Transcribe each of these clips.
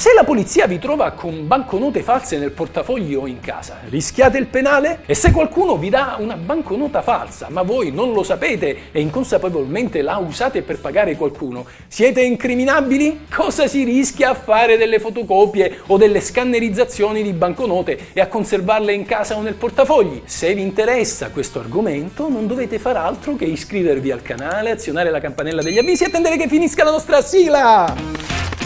Se la polizia vi trova con banconote false nel portafoglio o in casa, rischiate il penale? E se qualcuno vi dà una banconota falsa, ma voi non lo sapete e inconsapevolmente la usate per pagare qualcuno, siete incriminabili? Cosa si rischia a fare delle fotocopie o delle scannerizzazioni di banconote e a conservarle in casa o nel portafogli? Se vi interessa questo argomento, non dovete far altro che iscrivervi al canale, azionare la campanella degli avvisi e attendere che finisca la nostra sigla!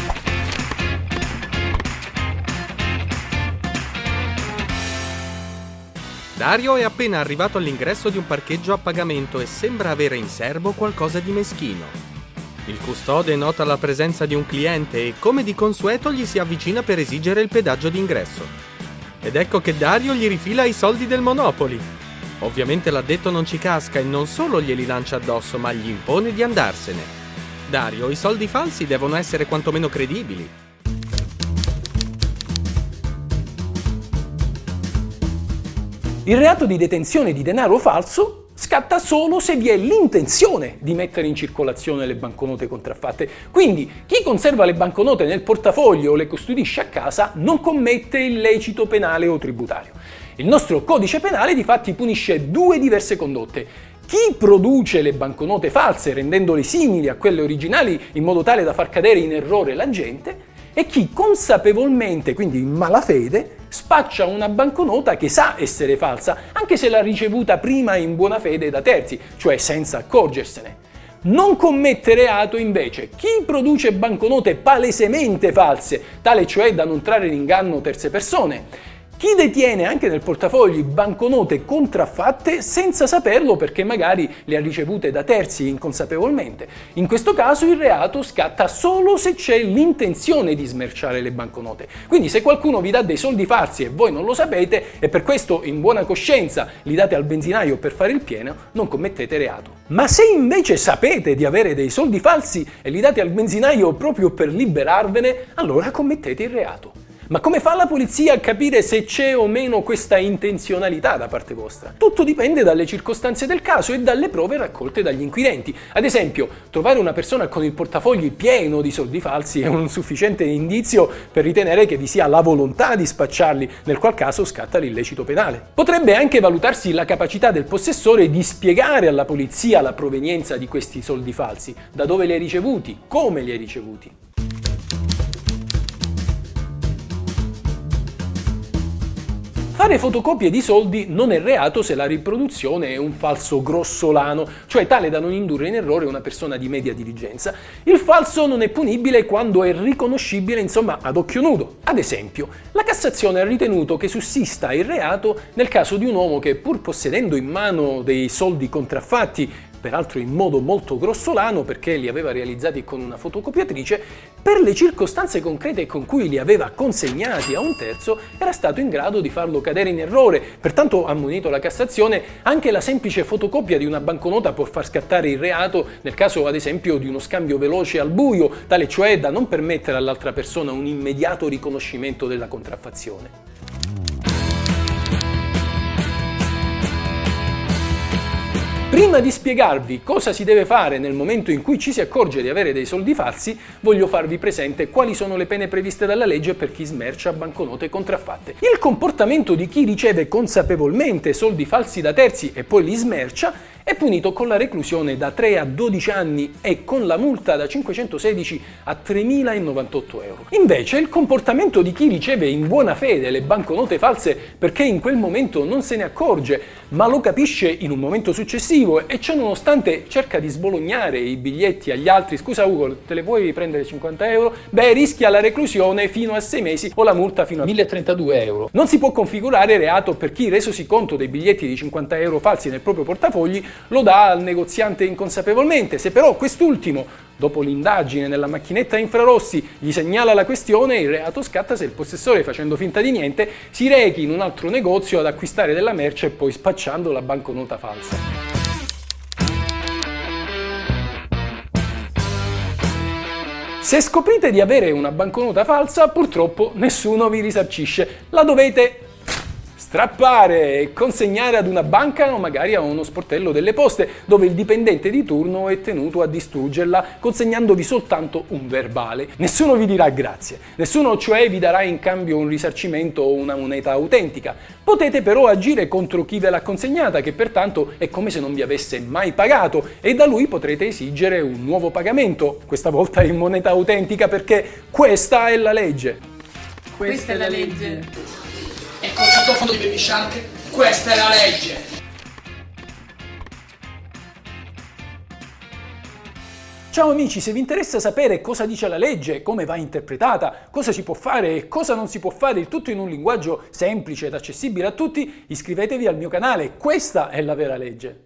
Dario è appena arrivato all'ingresso di un parcheggio a pagamento e sembra avere in serbo qualcosa di meschino. Il custode nota la presenza di un cliente e, come di consueto, gli si avvicina per esigere il pedaggio d'ingresso. Ed ecco che Dario gli rifila i soldi del Monopoli. Ovviamente l'addetto non ci casca e non solo glieli lancia addosso, ma gli impone di andarsene. Dario, i soldi falsi devono essere quantomeno credibili. Il reato di detenzione di denaro falso scatta solo se vi è l'intenzione di mettere in circolazione le banconote contraffatte. Quindi chi conserva le banconote nel portafoglio o le custodisce a casa non commette illecito penale o tributario. Il nostro codice penale difatti punisce due diverse condotte. Chi produce le banconote false rendendole simili a quelle originali in modo tale da far cadere in errore la gente, e chi consapevolmente, quindi in malafede, spaccia una banconota che sa essere falsa, anche se l'ha ricevuta prima in buona fede da terzi, cioè senza accorgersene. Non commette reato invece chi produce banconote palesemente false, tale cioè da non trarre in inganno terze persone. Chi detiene anche nel portafoglio banconote contraffatte senza saperlo perché magari le ha ricevute da terzi inconsapevolmente. In questo caso il reato scatta solo se c'è l'intenzione di smerciare le banconote. Quindi se qualcuno vi dà dei soldi falsi e voi non lo sapete e per questo in buona coscienza li date al benzinaio per fare il pieno, non commettete reato. Ma se invece sapete di avere dei soldi falsi e li date al benzinaio proprio per liberarvene, allora commettete il reato. Ma come fa la polizia a capire se c'è o meno questa intenzionalità da parte vostra? Tutto dipende dalle circostanze del caso e dalle prove raccolte dagli inquirenti. Ad esempio, trovare una persona con il portafoglio pieno di soldi falsi è un sufficiente indizio per ritenere che vi sia la volontà di spacciarli, nel qual caso scatta l'illecito penale. Potrebbe anche valutarsi la capacità del possessore di spiegare alla polizia la provenienza di questi soldi falsi, da dove li hai ricevuti, come li hai ricevuti. Fare fotocopie di soldi non è reato se la riproduzione è un falso grossolano, cioè tale da non indurre in errore una persona di media diligenza. Il falso non è punibile quando è riconoscibile, insomma, ad occhio nudo. Ad esempio, la Cassazione ha ritenuto che sussista il reato nel caso di un uomo che, pur possedendo in mano dei soldi contraffatti, peraltro in modo molto grossolano perché li aveva realizzati con una fotocopiatrice, per le circostanze concrete con cui li aveva consegnati a un terzo era stato in grado di farlo cadere in errore. Pertanto, ha ammonito la Cassazione, anche la semplice fotocopia di una banconota può far scattare il reato nel caso ad esempio di uno scambio veloce al buio, tale cioè da non permettere all'altra persona un immediato riconoscimento della contraffazione. Prima di spiegarvi cosa si deve fare nel momento in cui ci si accorge di avere dei soldi falsi, voglio farvi presente quali sono le pene previste dalla legge per chi smercia banconote contraffatte. Il comportamento di chi riceve consapevolmente soldi falsi da terzi e poi li smercia è punito con la reclusione da 3 a 12 anni e con la multa da 516 a 3.098 euro. Invece il comportamento di chi riceve in buona fede le banconote false perché in quel momento non se ne accorge, ma lo capisce in un momento successivo e ciò nonostante cerca di sbolognare i biglietti agli altri: scusa Ugo, te le puoi prendere 50 euro? Beh, rischia la reclusione fino a 6 mesi o la multa fino a 1.032 euro. Non si può configurare reato per chi, resosi conto dei biglietti di 50 euro falsi nel proprio portafogli, lo dà al negoziante inconsapevolmente. Se però quest'ultimo, dopo l'indagine nella macchinetta infrarossi, gli segnala la questione, il reato scatta se il possessore, facendo finta di niente, si rechi in un altro negozio ad acquistare della merce e poi spacciando la banconota falsa. Se scoprite di avere una banconota falsa, purtroppo nessuno vi risarcisce. La dovete strappare e consegnare ad una banca o magari a uno sportello delle poste, dove il dipendente di turno è tenuto a distruggerla consegnandovi soltanto un verbale. Nessuno vi dirà grazie, nessuno cioè vi darà in cambio un risarcimento o una moneta autentica. Potete però agire contro chi ve l'ha consegnata, che pertanto è come se non vi avesse mai pagato, e da lui potrete esigere un nuovo pagamento, questa volta in moneta autentica, perché questa è la legge. Questa è la legge. E col sottofondo di Baby Shark, questa è la legge! Ciao amici, se vi interessa sapere cosa dice la legge, come va interpretata, cosa si può fare e cosa non si può fare, il tutto in un linguaggio semplice ed accessibile a tutti, iscrivetevi al mio canale, questa è la vera legge.